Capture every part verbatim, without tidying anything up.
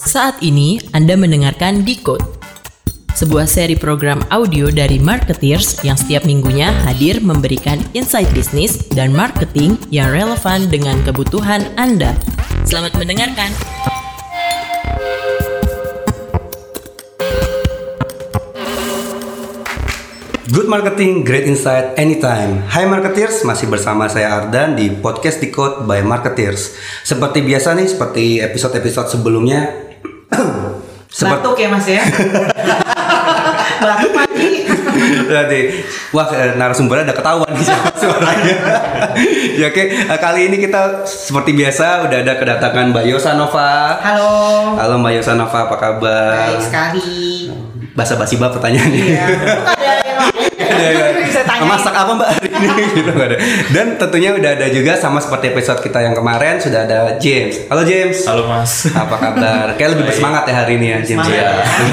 Saat ini Anda mendengarkan Decode, sebuah seri program audio dari Marketeers yang setiap minggunya hadir memberikan insight bisnis dan marketing yang relevan dengan kebutuhan Anda. Selamat mendengarkan. Good marketing, great insight, anytime. Hai Marketeers, masih bersama saya Ardan di podcast Decode by Marketeers. Seperti biasa nih, seperti episode-episode sebelumnya. Seperti... Batuk ya mas ya? Batuk mati. Jadi, wah narasumbernya udah ketahuan nih siapa suaranya. Ya oke, kali ini kita seperti biasa udah ada kedatangan Mbak Yosanova. Halo. Halo Mbak Yosanova, apa kabar? Baik sekali. Basa-basi Mbak pertanyaannya. Iya. Ada yang lain. Bisa tanya. Masak apa Mbak hari ini? Gitu ada. Dan tentunya udah ada juga sama seperti episode kita yang kemarin sudah ada James. Halo James. Halo Mas. Apa kabar? Kayak lebih bersemangat ya hari ini ya James. Ya.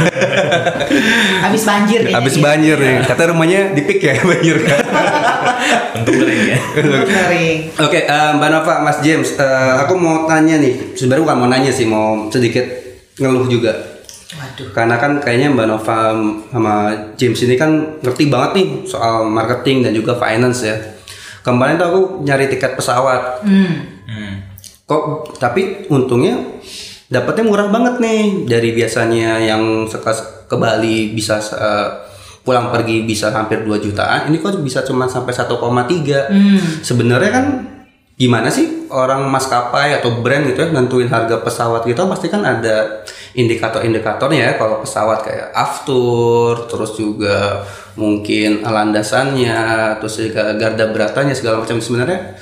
Habis banjir nih. Habis banjir nih. Katanya rumahnya di Pik ya banjir kan. Untuk kering ya. Untuk kering. Oke, uh, Mbak Nova, Mas James, uh, aku mau tanya nih. Sebenarnya bukan mau nanya sih, mau sedikit ngeluh juga. Waduh. Karena kan kayaknya Mbak Nova sama James ini kan ngerti banget nih soal marketing dan juga finance ya. Kemarin tuh aku nyari tiket pesawat. Hmm. Hmm. Kok tapi untungnya dapatnya murah banget nih. Dari biasanya yang sekelas ke Bali bisa uh, pulang pergi bisa hampir dua jutaan, ini kok bisa cuma sampai satu koma tiga. Hmm. Sebenarnya kan gimana sih orang maskapai atau brand gitu ya nentuin harga pesawat gitu, pasti kan ada indikator-indikatornya ya. Kalau pesawat kayak aftur, terus juga mungkin landasannya, terus juga garda beratanya segala macam. Sebenarnya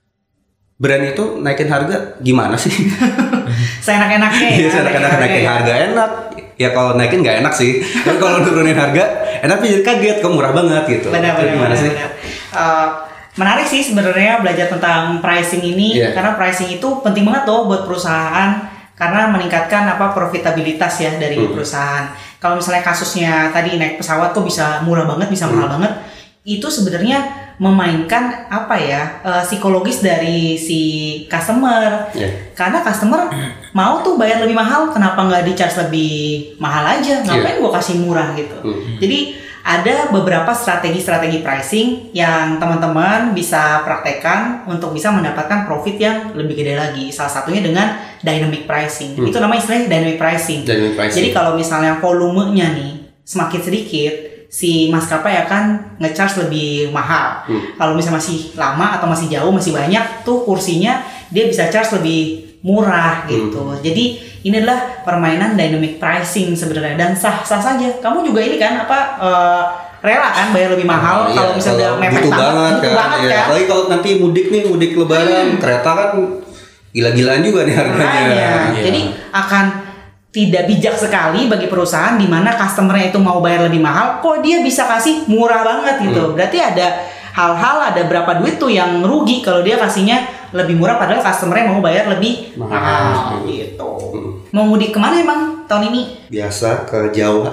brand itu naikin harga gimana sih? Seenak-enaknya ya. Iya, seenak-enaknya naikin ya. harga enak. Ya kalau naikin nggak enak sih. Tapi kalau nurunin harga enak, tapi kaget kok murah banget gitu. Benar-benar. Gimana sih? Uh, menarik sih sebenarnya belajar tentang pricing ini, yeah. Karena pricing itu penting banget loh buat perusahaan karena meningkatkan apa profitabilitas ya dari hmm. perusahaan. Kalau misalnya kasusnya tadi naik pesawat kok bisa murah banget, bisa mahal hmm. banget, itu sebenarnya memainkan apa ya uh, psikologis dari si customer. Yeah. Karena customer mau tuh bayar lebih mahal, kenapa nggak di charge lebih mahal aja? Ngapain yeah. gua kasih murah gitu? Hmm. Jadi ada beberapa strategi-strategi pricing yang teman-teman bisa praktekkan untuk bisa mendapatkan profit yang lebih gede lagi. Salah satunya dengan dynamic pricing. Hmm. Itu namanya istilahnya dynamic pricing. Dynamic pricing. Jadi kalau misalnya volumenya nih semakin sedikit, si maskapai akan nge-charge lebih mahal. Hmm. Kalau misalnya masih lama atau masih jauh, masih banyak tuh kursinya, dia bisa charge lebih murah gitu. Hmm. Jadi ini adalah permainan dynamic pricing sebenarnya dan sah-sah saja. Kamu juga ini kan apa uh, rela kan bayar lebih mahal oh, kalau iya. misalnya udah mepet banget, banget, kan, banget iya. kan. Apalagi kalau nanti mudik nih, mudik lebaran, hmm. kereta kan gila-gilaan juga nih harganya. Iya. Jadi akan tidak bijak sekali bagi perusahaan di mana customer-nya itu mau bayar lebih mahal, kok dia bisa kasih murah banget gitu. Hmm. Berarti ada hal-hal, ada berapa duit tuh yang rugi kalau dia kasihnya lebih murah padahal customer-nya mau bayar lebih mahal, mahal gitu. Hmm. Mau mudik kemana emang tahun ini? Biasa ke Jawa.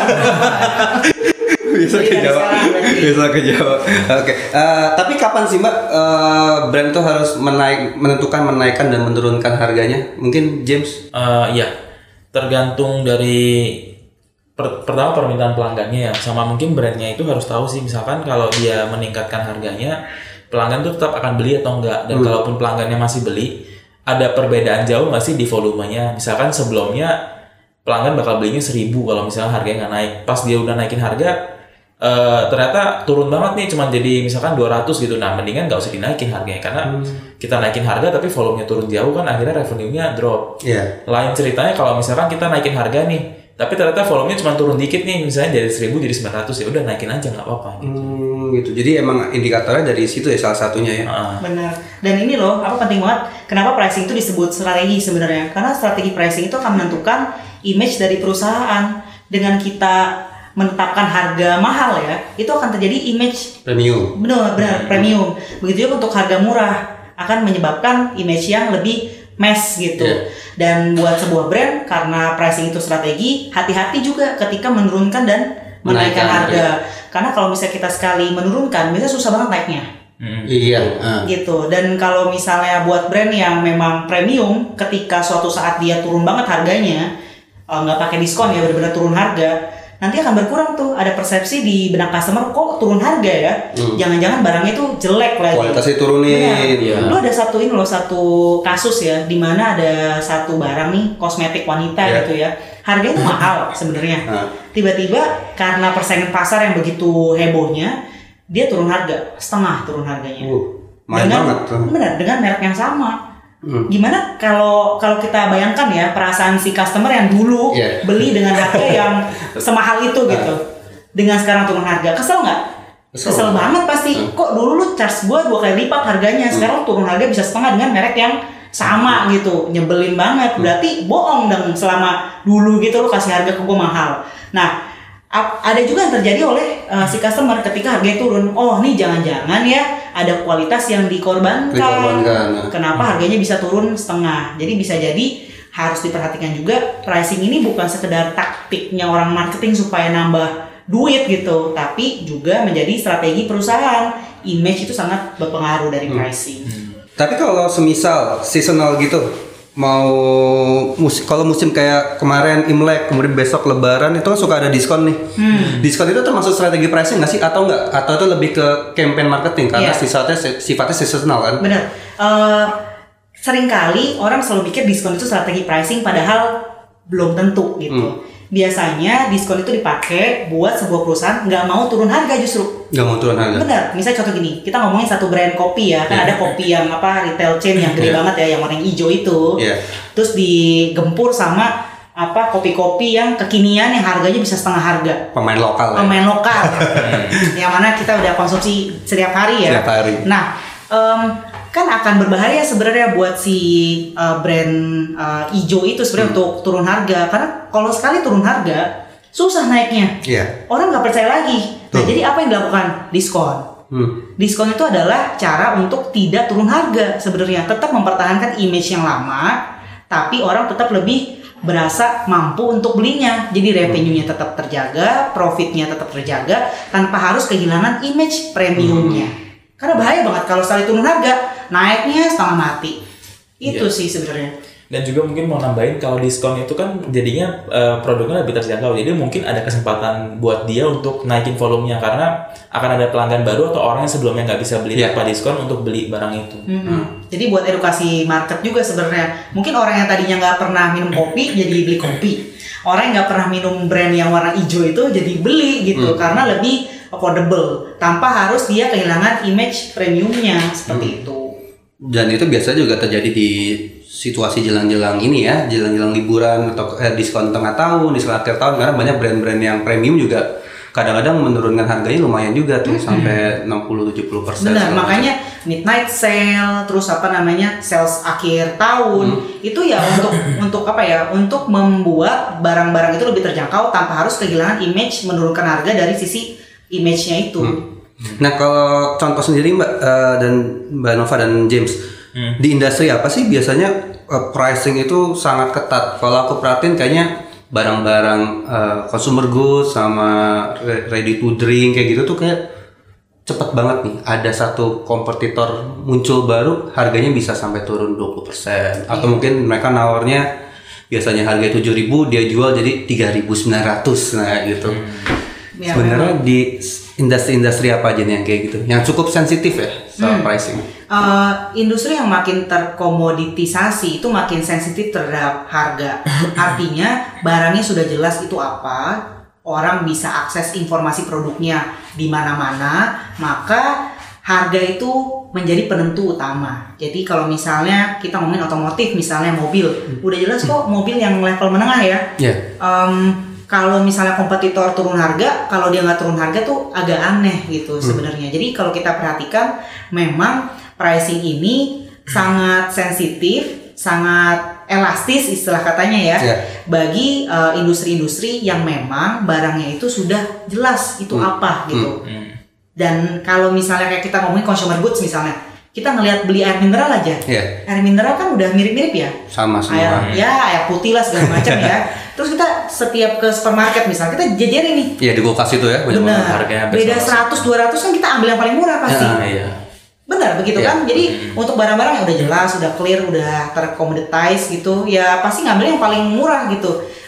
Biasa ke Jawa. Biasa ke Jawa. Oke. Okay. Uh, tapi kapan sih Mbak uh, brand itu harus menaik, menentukan menaikkan dan menurunkan harganya? Mungkin James? Uh, iya. Tergantung dari per, pertama permintaan pelanggannya ya, sama mungkin brandnya itu harus tahu sih. Misalkan kalau dia meningkatkan harganya, pelanggan tuh tetap akan beli atau enggak. Dan hmm. kalaupun pelanggannya masih beli, ada perbedaan jauh nggak sih di volumenya? Misalkan sebelumnya pelanggan bakal belinya seribu kalau misalnya harganya nggak naik. Pas dia udah naikin harga, uh, ternyata turun banget nih, cuma jadi misalkan dua ratus gitu. Nah, mendingan nggak usah dinaikin harganya karena hmm. kita naikin harga tapi volumenya turun jauh kan akhirnya revenue-nya drop. Yeah. Lain ceritanya kalau misalkan kita naikin harga nih, tapi ternyata volumenya cuma turun dikit nih, misalnya dari seribu jadi sembilan ratus, ya udah naikin aja nggak apa-apa gitu. Hmm, gitu. Jadi emang indikatornya dari situ ya salah satunya ya. Uh. Benar. Dan ini loh, apa penting banget. Kenapa pricing itu disebut strategi sebenarnya? Karena strategi pricing itu akan menentukan image dari perusahaan. Dengan kita menetapkan harga mahal ya, itu akan terjadi image premium. Benar, benar hmm. premium. Begitu juga untuk harga murah akan menyebabkan image yang lebih mass gitu. Yeah. Dan buat sebuah brand karena pricing itu strategi, hati-hati juga ketika menurunkan dan menaikkan, menaikkan harga. Ya. Karena kalau misalnya kita sekali menurunkan, biasanya susah banget naiknya. Hmm. Iya. Uh. Gitu. Dan kalau misalnya buat brand yang memang premium, ketika suatu saat dia turun banget harganya, uh, nggak pakai diskon ya, benar-benar turun harga, nanti akan berkurang tuh, ada persepsi di benak customer kok turun harga ya, hmm. jangan-jangan barangnya itu jelek lagi, kualitasnya turunin. Ya. Lu ada satu ini loh, satu kasus ya, di mana ada satu barang nih kosmetik wanita yeah. gitu ya, harganya tuh mahal sebenarnya, uh. tiba-tiba karena persaingan pasar yang begitu hebohnya, dia turun harga, setengah turun harganya, uh, dengan benar dengan merek yang sama. Hmm. Gimana kalau kalau kita bayangkan ya perasaan si customer yang dulu yeah. beli dengan harga yang semahal itu gitu, dengan sekarang turun harga, kesel nggak? Kesel. Kesel banget pasti. Hmm. Kok dulu lu charge gue dua kali lipat harganya, sekarang hmm. turun harga bisa setengah dengan merek yang sama gitu, nyebelin banget. Berarti bohong dong selama dulu gitu lu kasih harga ke gue mahal. Nah, ada juga yang terjadi oleh uh, si customer ketika harganya turun. Oh, nih jangan-jangan ya ada kualitas yang dikorbankan. dikorbankan. Kenapa hmm. harganya bisa turun setengah? Jadi bisa jadi harus diperhatikan juga, pricing ini bukan sekedar taktiknya orang marketing supaya nambah duit gitu, tapi juga menjadi strategi perusahaan. Image itu sangat berpengaruh dari pricing. Hmm. Hmm. Tapi kalau semisal seasonal gitu, mau musim, kalau musim kayak kemarin Imlek, kemudian besok Lebaran, itu kan suka ada diskon nih. Hmm. Diskon itu termasuk strategi pricing nggak sih atau enggak? Atau itu lebih ke campaign marketing karena yeah. sifatnya sifatnya seasonal kan? Benar. Uh, seringkali orang selalu pikir diskon itu strategi pricing, padahal belum tentu gitu. Hmm. Biasanya diskon itu dipakai buat sebuah perusahaan nggak mau turun harga justru. Nggak mau turun harga. Benar. Misalnya contoh gini, kita ngomongin satu brand kopi ya, kan yeah. ada kopi yang apa retail chain yang gede yeah. banget ya, yang warna hijau itu. Yeah. Terus digempur sama apa kopi-kopi yang kekinian yang harganya bisa setengah harga. Pemain lokal. Pemain ya? lokal. Yang mana kita udah konsumsi setiap hari ya. Setiap hari. Nah, um, kan akan berbahaya sebenarnya buat si uh, brand uh, hijau itu sebenarnya hmm. untuk turun harga, karena kalau sekali turun harga susah naiknya. Yeah. Orang nggak percaya lagi. Nah, Tuh. jadi apa yang dilakukan? Diskon. Hmm. Diskon itu adalah cara untuk tidak turun harga sebenarnya, tetap mempertahankan image yang lama, tapi orang tetap lebih berasa mampu untuk belinya. Jadi revenue-nya tetap terjaga, profitnya tetap terjaga tanpa harus kehilangan image premiumnya. Hmm. Karena bahaya banget kalau sekali turun harga, naiknya setengah mati. Itu yeah. sih sebenarnya. Dan juga mungkin mau nambahin, kalau diskon itu kan jadinya uh, produknya lebih terjangkau. Jadi mungkin ada kesempatan buat dia untuk naikin volumenya, karena akan ada pelanggan baru atau orang yang sebelumnya nggak bisa beli yeah. tanpa diskon untuk beli barang itu. Mm-hmm. Hmm. Jadi buat edukasi market juga sebenarnya. Mungkin orang yang tadinya nggak pernah minum kopi jadi beli kopi. Orang yang nggak pernah minum brand yang warna hijau itu jadi beli gitu, mm. karena lebih affordable tanpa harus dia kehilangan image premiumnya seperti hmm. itu. Dan itu biasa juga terjadi di situasi jelang-jelang ini ya, jelang-jelang liburan atau eh, diskon tengah tahun, diskon akhir tahun, karena banyak brand-brand yang premium juga kadang-kadang menurunkan harganya lumayan juga tuh, hmm. sampai enam puluh sampai tujuh puluh persen. Benar, makanya midnight sale, terus apa namanya sales akhir tahun, hmm. itu ya untuk untuk apa ya, untuk membuat barang-barang itu lebih terjangkau tanpa harus kehilangan image, menurunkan harga dari sisi image-nya itu. Hmm. Nah, kalau contoh sendiri Mbak uh, dan Mbak Nova dan James, hmm. di industri apa sih biasanya uh, pricing itu sangat ketat? Kalau aku perhatiin kayaknya barang-barang uh, consumer goods sama ready to drink kayak gitu tuh kayak cepet banget nih. Ada satu kompetitor muncul baru, harganya bisa sampai turun dua puluh persen. Atau mungkin mereka nawarnya biasanya harga tujuh ribu, dia jual jadi tiga ribu sembilan ratus, nah gitu. Hmm. Ya, sebenarnya memang. Di industri-industri apa aja nih yang kayak gitu, yang cukup sensitif ya soal hmm. pricing? Uh, industri yang makin terkomoditisasi itu makin sensitif terhadap harga. Artinya barangnya sudah jelas itu apa, orang bisa akses informasi produknya di mana-mana, maka harga itu menjadi penentu utama. Jadi kalau misalnya kita ngomongin otomotif, misalnya mobil, udah jelas kok mobil yang level menengah ya. Yeah. Um, Kalau misalnya kompetitor turun harga, kalau dia nggak turun harga tuh agak aneh gitu sebenarnya. Hmm. Jadi kalau kita perhatikan, memang pricing ini sangat sensitif, sangat elastis istilah katanya ya, yeah. bagi uh, industri-industri yang memang barangnya itu sudah jelas itu hmm. apa gitu. Hmm. Dan kalau misalnya kayak kita ngomongin consumer goods misalnya, kita ngelihat beli air mineral aja, yeah. air mineral kan udah mirip-mirip ya, sama semua, air, ya air putih lah segala macam ya. Terus kita setiap ke supermarket misalnya kita jajarin nih, iya di kulkas itu ya, benar, harganya beda seratus dua ratus kan kita ambil yang paling murah pasti, ya, iya. benar begitu yeah. kan. Jadi hmm. untuk barang-barang yang udah jelas, udah clear, udah tercommoditize gitu, ya pasti ngambil yang paling murah gitu.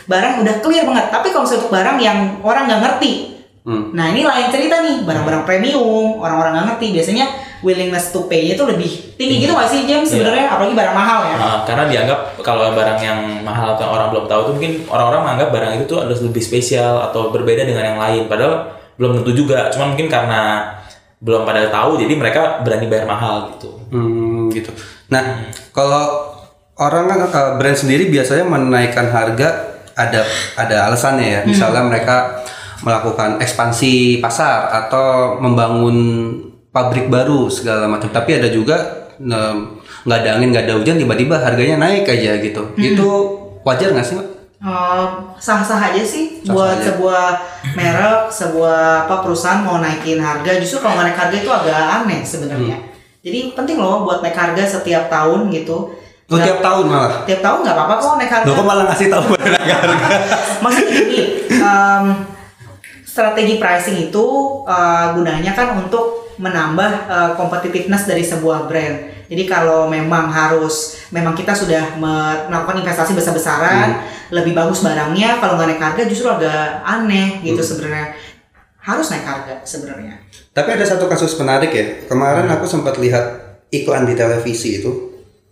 barang yang udah clear banget. Tapi kalau misalnya untuk barang yang orang nggak ngerti, hmm. nah ini lain cerita nih, barang-barang premium, orang-orang nggak ngerti, biasanya willingness to pay-nya itu lebih tinggi gitu nggak sih James sebenarnya, yeah. apalagi barang mahal ya? Nah, karena dianggap kalau barang yang mahal atau orang belum tahu itu mungkin orang-orang menganggap barang itu tuh harus lebih spesial atau berbeda dengan yang lain, padahal belum tentu juga, cuma mungkin karena belum pada tahu jadi mereka berani bayar mahal gitu. Hmm, gitu. Nah, hmm. kalau orang kan uh, brand sendiri biasanya menaikkan harga ada ada alasannya ya. Misalnya hmm. mereka melakukan ekspansi pasar atau membangun pabrik baru segala macam. Tapi ada juga nggak um, ada angin nggak ada hujan tiba-tiba harganya naik aja gitu. Hmm. Itu wajar nggak sih, Mbak? Uh, sah-sah aja sih sah-sah buat aja. sebuah merek, sebuah apa perusahaan mau naikin harga. Justru kalau naik harga itu agak aneh sebenarnya. Hmm. Jadi penting loh buat naik harga setiap tahun gitu. Oh, tiap tahun malah? Tiap tahun nggak apa-apa kok naik harga. Loh, kok malah ngasih tahu naik harga? Maksudnya gini, um, strategi pricing itu uh, gunanya kan untuk menambah uh, competitiveness dari sebuah brand. Jadi kalau memang harus, memang kita sudah melakukan investasi besar-besaran, hmm. lebih bagus barangnya, kalau nggak naik harga justru agak aneh gitu hmm. sebenarnya. Harus naik harga sebenarnya. Tapi ada satu kasus menarik ya. Kemarin hmm. aku sempat lihat iklan di televisi itu.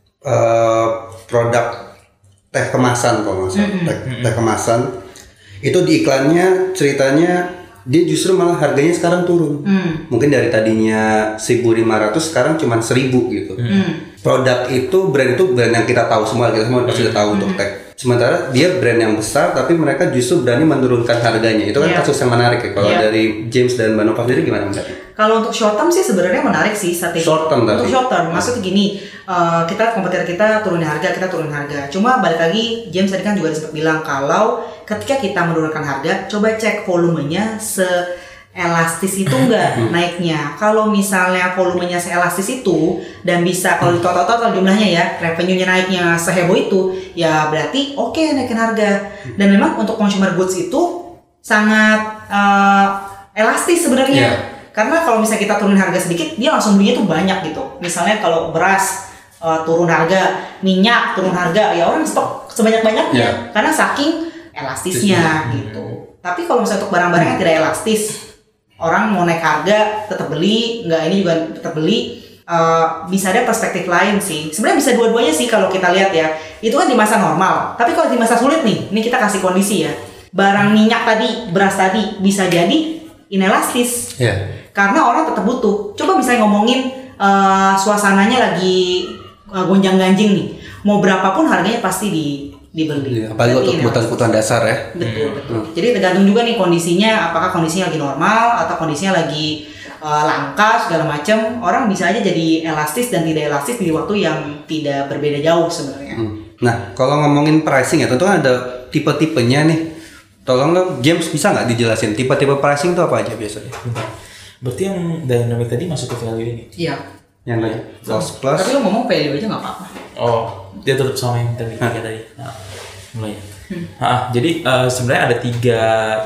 Uh, produk teh kemasan kalau nggak salah, mm-hmm. teh, teh kemasan itu di iklannya ceritanya dia justru malah harganya sekarang turun, mm. mungkin dari tadinya seribu lima ratus sekarang cuma seribu gitu. Mm. Produk itu brand itu brand yang kita tahu semua, kita semua pasti udah tahu mm. untuk teh. Sementara dia brand yang besar tapi mereka justru berani menurunkan harganya. Itu kan yeah. kasus yang menarik ya. Kalau yeah. dari James dan Mbak Nova sendiri gimana melihatnya? Kalau untuk short term sih sebenarnya menarik sih strategi. Short term untuk tapi. short term maksudnya gini, uh, kita kompetitor kita turunin harga, kita turunin harga. Cuma balik lagi James tadi kan juga sempat bilang kalau ketika kita menurunkan harga, coba cek volumenya se elastis itu enggak naiknya. Kalau misalnya volumenya seelastis itu dan bisa kalau total-total jumlahnya ya revenue-nya naiknya seheboh itu, ya berarti oke okay, naikin harga. Dan memang untuk consumer goods itu sangat uh, elastis sebenarnya. Yeah. Karena kalau misalnya kita turunin harga sedikit, dia langsung belinya tuh banyak gitu. Misalnya kalau beras uh, turun harga, minyak turun harga, ya orang stok sebanyak-banyaknya. Yeah. Karena saking elastisnya gitu. Tapi kalau misalnya untuk barang-barang yang tidak elastis, orang mau naik harga tetap beli, nggak ini juga tetap beli, uh, bisa ada perspektif lain sih. Sebenarnya bisa dua-duanya sih kalau kita lihat ya. Itu kan di masa normal. Tapi kalau di masa sulit nih, ini kita kasih kondisi ya. Barang minyak tadi, beras tadi bisa jadi inelastis. Yeah. Karena orang tetap butuh. Coba misalnya ngomongin uh, suasananya lagi uh, gonjang-ganjing nih. Mau berapapun harganya pasti di dibeli. Ya, apalagi untuk kebutuhan-kebutuhan dasar ya. Betul, hmm. betul. Jadi tergantung juga nih kondisinya, apakah kondisinya lagi normal atau kondisinya lagi uh, langka segala macam. Orang bisa aja jadi elastis dan tidak elastis di waktu yang tidak berbeda jauh sebenarnya. Hmm. Nah, kalau ngomongin pricing ya, tentu ada tipe-tipenya nih. Tolong dong, James bisa nggak dijelasin tipe-tipe pricing itu apa aja biasanya? Berarti yang dynamic tadi masuk ke value ini? Iya. Yang lain? Cost plus. Tapi lo ngomong value aja nggak apa-apa. Oh, dia tetap sama yang tadi tiga tadi. Nah, mulai. Hmm. Nah, jadi uh, sebenarnya ada tiga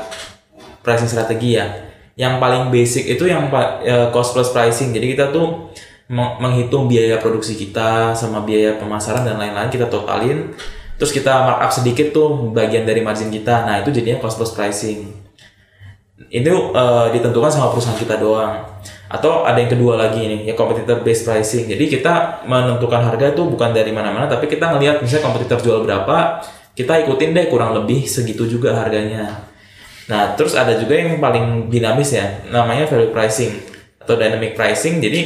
pricing strategi ya. Yang paling basic itu yang uh, cost plus pricing. Jadi kita tuh menghitung biaya produksi kita sama biaya pemasaran dan lain-lain, kita totalin. Terus kita markup sedikit tuh bagian dari margin kita. Nah, itu jadinya cost plus pricing. Ini uh, ditentukan sama perusahaan kita doang. Atau ada yang kedua lagi nih, ya competitor based pricing. Jadi kita menentukan harga itu bukan dari mana-mana, tapi kita ngelihat misalnya kompetitor jual berapa, kita ikutin deh kurang lebih segitu juga harganya. Nah, terus ada juga yang paling dinamis ya, namanya value pricing atau dynamic pricing. Jadi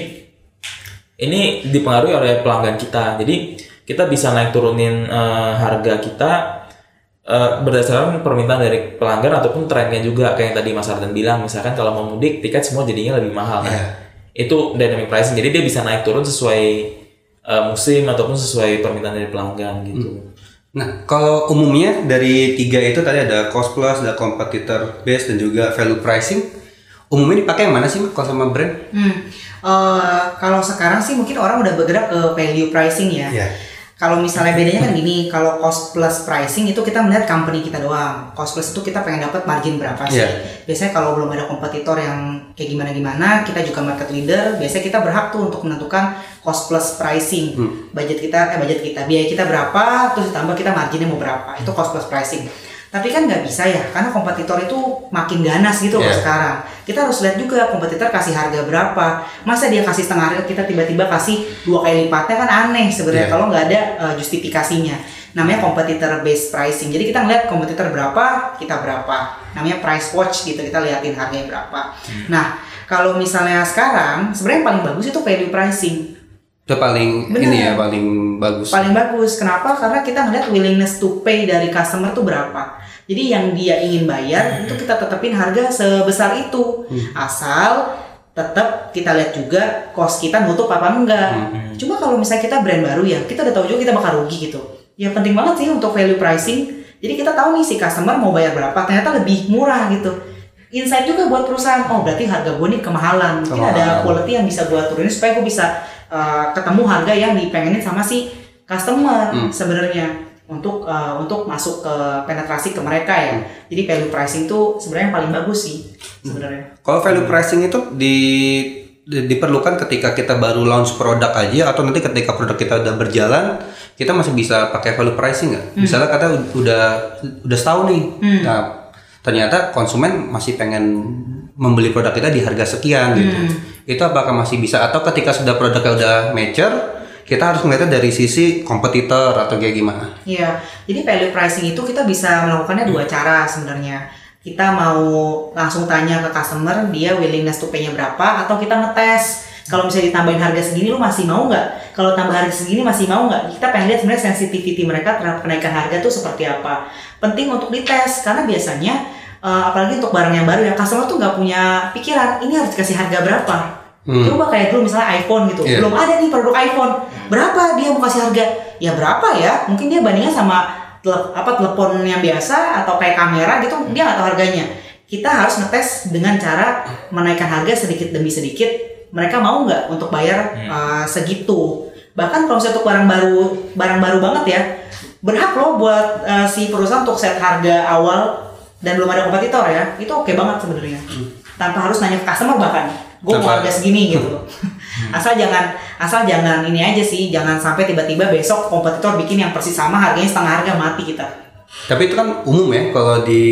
ini dipengaruhi oleh pelanggan kita. Jadi kita bisa naik turunin uh, harga kita uh, berdasarkan permintaan dari pelanggan ataupun trennya juga, kayak yang tadi Mas Ardan bilang, misalkan kalau mau mudik tiket semua jadinya lebih mahal kan. Yeah. Itu dynamic pricing. Jadi dia bisa naik turun sesuai uh, musim ataupun sesuai permintaan dari pelanggan gitu. Hmm. Nah, kalau umumnya dari tiga itu tadi ada cost plus, ada competitor base dan juga value pricing. Umumnya dipakai yang mana sih kalau sama brand? Hmm. Uh, kalau sekarang sih mungkin orang udah bergerak ke value pricing ya. Yeah. Kalau misalnya bedanya kan gini, kalau cost plus pricing itu kita melihat company kita doang. Cost plus itu kita pengen dapat margin berapa sih. Yeah. Biasanya kalau belum ada kompetitor yang kayak gimana-gimana, kita juga market leader, biasanya kita berhak tuh untuk menentukan cost plus pricing. Hmm. Budget kita, eh budget kita, biaya kita berapa, terus ditambah kita marginnya mau berapa. Itu cost plus pricing. Tapi kan nggak bisa ya, karena kompetitor itu makin ganas gitu loh Yeah. sekarang. Kita harus lihat juga kompetitor kasih harga berapa. Masa dia kasih setengah harga, kita tiba-tiba kasih dua kali lipatnya, kan aneh sebenarnya. Yeah. Kalau nggak ada uh, justifikasinya. Namanya competitor based pricing. Jadi kita ngeliat kompetitor berapa, kita berapa. Namanya price watch gitu, kita liatin harganya berapa. Hmm. Nah, kalau misalnya sekarang, sebenarnya yang paling bagus itu value pricing. Itu paling Bener. ini ya, paling bagus. Paling bagus. Kenapa? Karena kita ngeliat willingness to pay dari customer tuh berapa. Jadi yang dia ingin bayar itu kita tetepin harga sebesar itu. Hmm. Asal tetap kita lihat juga cost kita nutup apa enggak. Hmm. Cuma kalau misalnya kita brand baru ya, kita udah tahu juga kita bakal rugi gitu. Ya penting banget sih untuk value pricing. Jadi kita tahu nih si customer mau bayar berapa, ternyata lebih murah gitu. Insight juga buat perusahaan. Oh berarti harga gue nih kemahalan. Mungkin kemahalan. Ada quality yang bisa gue turunin supaya gue bisa uh, ketemu harga yang dipengenin sama si customer hmm. sebenarnya. Untuk uh, untuk masuk ke penetrasi ke mereka ya. Jadi value pricing itu sebenarnya yang paling bagus sih sebenarnya. Kalau value pricing itu di, di diperlukan ketika kita baru launch produk aja atau nanti ketika produk kita udah berjalan kita masih bisa pakai value pricing nggak? Hmm. Misalnya kata udah udah setahun nih, hmm. nah ternyata konsumen masih pengen membeli produk kita di harga sekian gitu. Hmm. Itu apakah masih bisa atau ketika sudah produknya udah mature kita harus melihatnya dari sisi kompetitor atau kayak gimana? Iya, jadi value pricing itu kita bisa melakukannya dua cara sebenarnya. Kita mau langsung tanya ke customer, dia willingness to pay-nya berapa, atau kita ngetes. Kalau misalnya ditambahin harga segini, lu masih mau nggak? Kalau tambah harga segini masih mau nggak? Kita pengen lihat sebenarnya sensitivity mereka terhadap kenaikan harga tuh seperti apa. Penting untuk dites, karena biasanya, uh, apalagi untuk barang yang baru ya, customer tuh nggak punya pikiran, ini harus dikasih harga berapa. Hmm. Coba kayak dulu misalnya iPhone gitu, yeah. belum ada nih produk iPhone, berapa dia mau kasih harga? Ya berapa ya? Mungkin dia bandingnya sama tele- apa telepon yang biasa atau kayak kamera gitu, dia nggak tahu harganya. Kita harus ngetes dengan cara menaikkan harga sedikit demi sedikit. Mereka mau nggak untuk bayar hmm. uh, segitu? Bahkan kalau misalnya untuk barang baru, barang baru banget ya, berhak loh buat uh, si perusahaan untuk set harga awal dan belum ada kompetitor ya, itu oke okay banget sebenarnya. Hmm. Tanpa harus nanya ke customer bahkan. Gue mau harga segini gitu. asal jangan asal jangan ini aja sih, jangan sampai tiba-tiba besok kompetitor bikin yang persis sama harganya setengah harga, mati kita. Tapi itu kan umum ya kalau di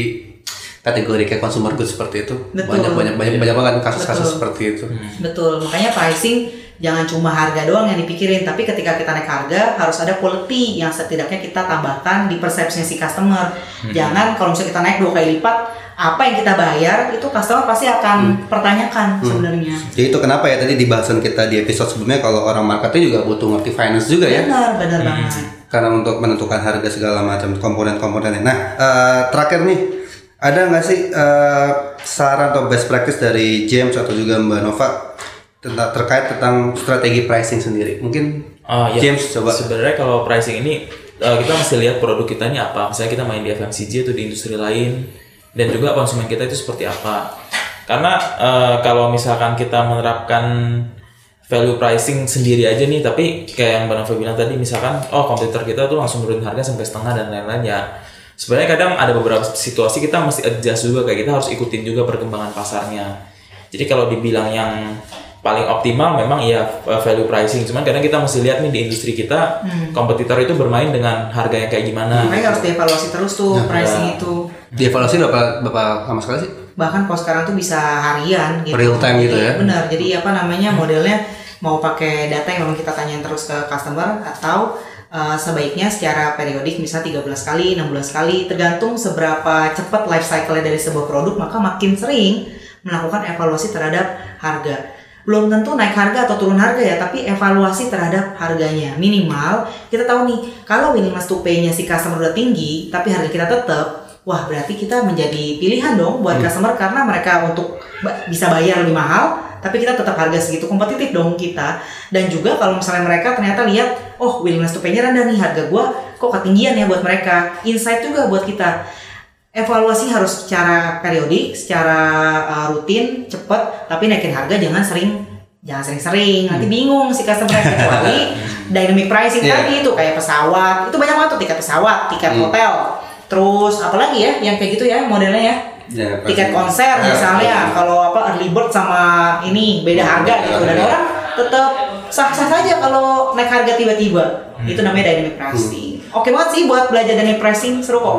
kategori kayak consumer goods seperti itu. Betul. Banyak banyak banyak banyak banget kasus-kasus seperti itu. Betul. Makanya pricing jangan cuma harga doang yang dipikirin, tapi ketika kita naik harga harus ada quality yang setidaknya kita tambahkan di persepsinya si customer. Hmm. Jangan kalau misalnya kita naik dua kali lipat, apa yang kita bayar itu customer pasti akan hmm. pertanyakan hmm. sebenarnya. Jadi itu kenapa ya tadi di bahasan kita di episode sebelumnya kalau orang marketing juga butuh ngerti finance juga ya. Benar, benar hmm. banget. Karena untuk menentukan harga segala macam komponen-komponennya. Nah, uh, terakhir nih, ada nggak sih uh, saran atau best practice dari James atau juga Mbak Nova tentang terkait tentang strategi pricing sendiri? Mungkin uh, ya. James coba. Sebenarnya kalau pricing ini uh, kita mesti lihat produk kita ini apa. Misalnya kita main di F M C G atau di industri lain. Dan juga konsumen kita itu seperti apa. Karena uh, kalau misalkan kita menerapkan value pricing sendiri aja nih, tapi kayak yang Mbak Nova bilang tadi, misalkan oh kompetitor kita tuh langsung nurunin harga sampai setengah dan lain-lain ya. Sebenarnya kadang ada beberapa situasi kita mesti adjust juga, kayak kita harus ikutin juga perkembangan pasarnya. Jadi kalau dibilang yang paling optimal memang ya value pricing, cuman kadang kita mesti lihat nih di industri kita hmm. kompetitor itu bermain dengan harga yang kayak gimana. Makanya gitu. Harus dievaluasi terus tuh nah, pricing ya. Itu. Dievaluasi berapa berapa lama sekali sih? Bahkan kalau sekarang tuh bisa harian gitu. Real time gitu ya. Benar. Jadi apa namanya modelnya mau pakai data yang memang kita tanyain terus ke customer atau uh, sebaiknya secara periodik misalnya tiga belas kali, enam belas kali, tergantung seberapa cepat life cycle-nya dari sebuah produk, maka makin sering melakukan evaluasi terhadap harga. Belum tentu naik harga atau turun harga ya, tapi evaluasi terhadap harganya. Minimal kita tahu nih, kalau willingness to pay-nya si customer udah tinggi, tapi harga kita tetap, wah berarti kita menjadi pilihan dong buat hmm. customer karena mereka untuk bisa bayar lebih mahal, tapi kita tetap harga segitu kompetitif dong kita. Dan juga kalau misalnya mereka ternyata lihat, oh willingness to pay-nya rendah nih, harga gua kok ketinggian ya buat mereka. Insight juga buat kita. Evaluasi harus secara periodik, secara uh, rutin, cepat, tapi naikin harga jangan sering, jangan sering-sering. Nanti bingung si customer, kecuali dynamic pricing yeah. tadi itu kayak pesawat, itu banyak banget tuh tiket pesawat, tiket hmm. hotel, terus apalagi ya yang kayak gitu ya modelnya ya, yeah, tiket konser yeah, misalnya, yeah. kalau apa early bird sama ini beda harga yeah, gitu, dan yeah. orang tetap sah-sah saja kalau naik harga tiba-tiba. Hmm. Itu namanya dynamic pricing. Hmm. Oke banget sih buat belajar dynamic pricing, seru kok.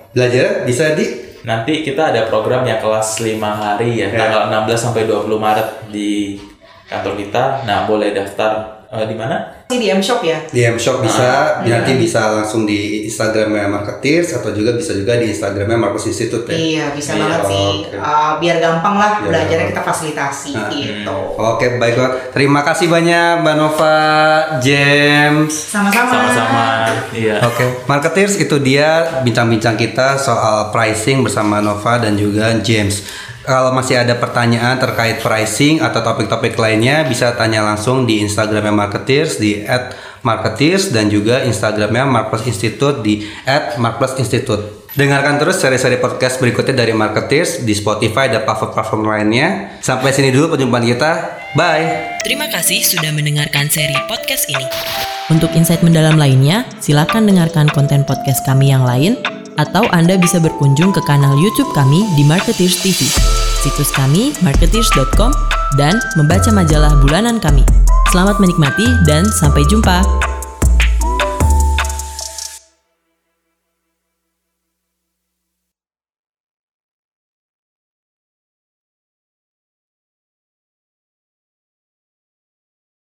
Belajar bisa di Nanti kita ada program ya kelas lima hari ya, Ya. tanggal enam belas sampai dua puluh Maret di kantor kita. Nah, boleh daftar eh, di mana? Di M-Shop ya. di M-Shop bisa, Ah, nanti iya. bisa langsung di Instagramnya Marketeers atau juga bisa juga di Instagramnya Marcus Institute ya. Iya, bisa Iya, banget sih. oke. Uh, biar gampang lah Biar belajarnya gampang. kita fasilitasi Nah, gitu. Oke, baiklah. Terima kasih banyak Mbak Nova, James. Sama-sama. Sama-sama. Iya. Oke, Marketeers itu dia bincang-bincang kita soal pricing bersama Nova dan juga James. Kalau masih ada pertanyaan terkait pricing atau topik-topik lainnya, bisa tanya langsung di Instagramnya Marketeers di et marketeers dan juga Instagramnya Marcus Institute di et marcus institute. Dengarkan terus seri-seri podcast berikutnya dari Marketeers di Spotify dan platform-platform lainnya. Sampai sini dulu perjumpaan kita. Bye. Terima kasih sudah mendengarkan seri podcast ini. Untuk insight mendalam lainnya, silakan dengarkan konten podcast kami yang lain, atau Anda bisa berkunjung ke kanal YouTube kami di Marketeers T V, situs kami marketeers dot com, dan membaca majalah bulanan kami. Selamat menikmati dan sampai jumpa.